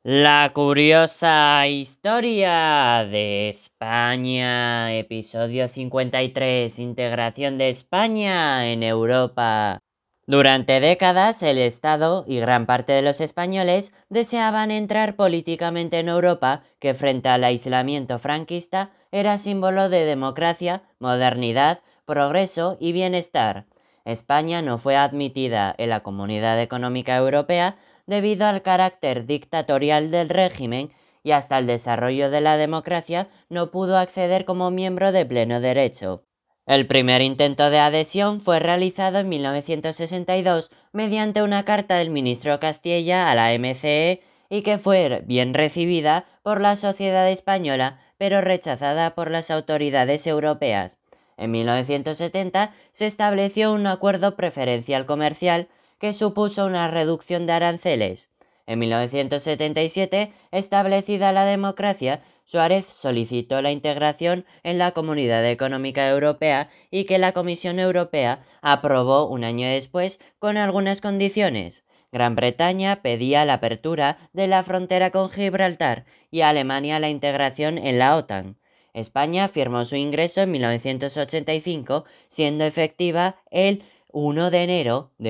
La curiosa historia de España, episodio 53, integración de España en Europa. Durante décadas, el Estado y gran parte de los españoles deseaban entrar políticamente en Europa, que frente al aislamiento franquista era símbolo de democracia, modernidad, progreso y bienestar. España no fue admitida en la Comunidad Económica Europea debido al carácter dictatorial del régimen y hasta el desarrollo de la democracia no pudo acceder como miembro de pleno derecho. El primer intento de adhesión fue realizado en 1962 mediante una carta del ministro Castilla a la MCE y que fue bien recibida por la sociedad española, pero rechazada por las autoridades europeas. En 1970 se estableció un acuerdo preferencial comercial que supuso una reducción de aranceles. En 1977, establecida la democracia, Suárez solicitó la integración en la Comunidad Económica Europea y que la Comisión Europea aprobó un año después con algunas condiciones. Gran Bretaña pedía la apertura de la frontera con Gibraltar y Alemania la integración en la OTAN. España firmó su ingreso en 1985, siendo efectiva el 1 de enero de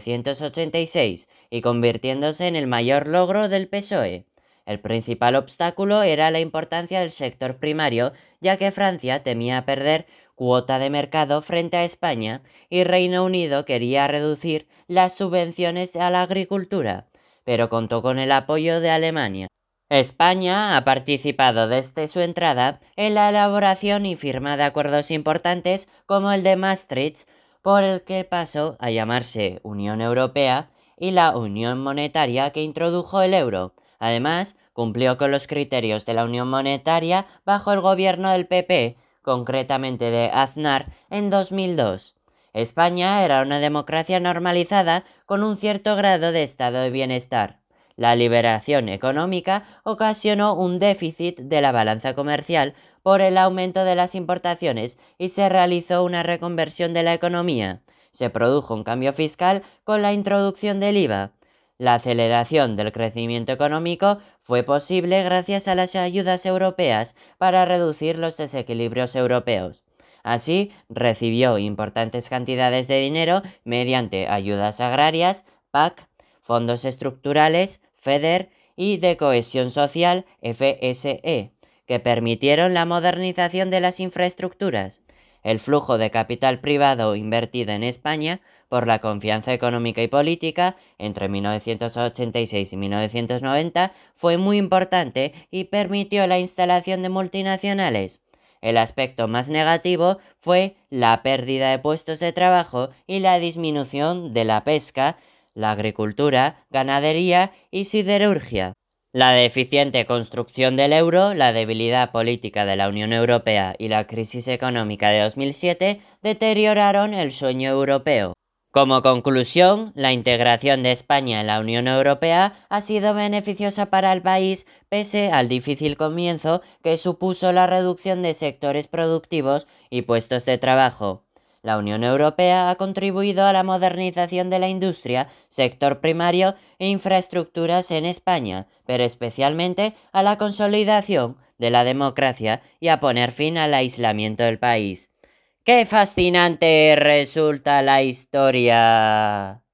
1986 y convirtiéndose en el mayor logro del PSOE. El principal obstáculo era la importancia del sector primario, ya que Francia temía perder cuota de mercado frente a España y Reino Unido quería reducir las subvenciones a la agricultura, pero contó con el apoyo de Alemania. España ha participado desde su entrada en la elaboración y firma de acuerdos importantes como el de Maastricht, por el que pasó a llamarse Unión Europea, y la Unión Monetaria que introdujo el euro. Además, cumplió con los criterios de la Unión Monetaria bajo el gobierno del PP, concretamente de Aznar, en 2002. España era una democracia normalizada con un cierto grado de estado de bienestar. La liberación económica ocasionó un déficit de la balanza comercial por el aumento de las importaciones y se realizó una reconversión de la economía. Se produjo un cambio fiscal con la introducción del IVA. La aceleración del crecimiento económico fue posible gracias a las ayudas europeas para reducir los desequilibrios europeos. Así, recibió importantes cantidades de dinero mediante ayudas agrarias, PAC, fondos estructurales, FEDER y de cohesión social, FSE, que permitieron la modernización de las infraestructuras. El flujo de capital privado invertido en España por la confianza económica y política entre 1986 y 1990 fue muy importante y permitió la instalación de multinacionales. El aspecto más negativo fue la pérdida de puestos de trabajo y la disminución de la pesca, la agricultura, ganadería y siderurgia. La deficiente construcción del euro, la debilidad política de la Unión Europea y la crisis económica de 2007 deterioraron el sueño europeo. Como conclusión, la integración de España en la Unión Europea ha sido beneficiosa para el país pese al difícil comienzo que supuso la reducción de sectores productivos y puestos de trabajo. La Unión Europea ha contribuido a la modernización de la industria, sector primario e infraestructuras en España, pero especialmente a la consolidación de la democracia y a poner fin al aislamiento del país. ¡Qué fascinante resulta la historia!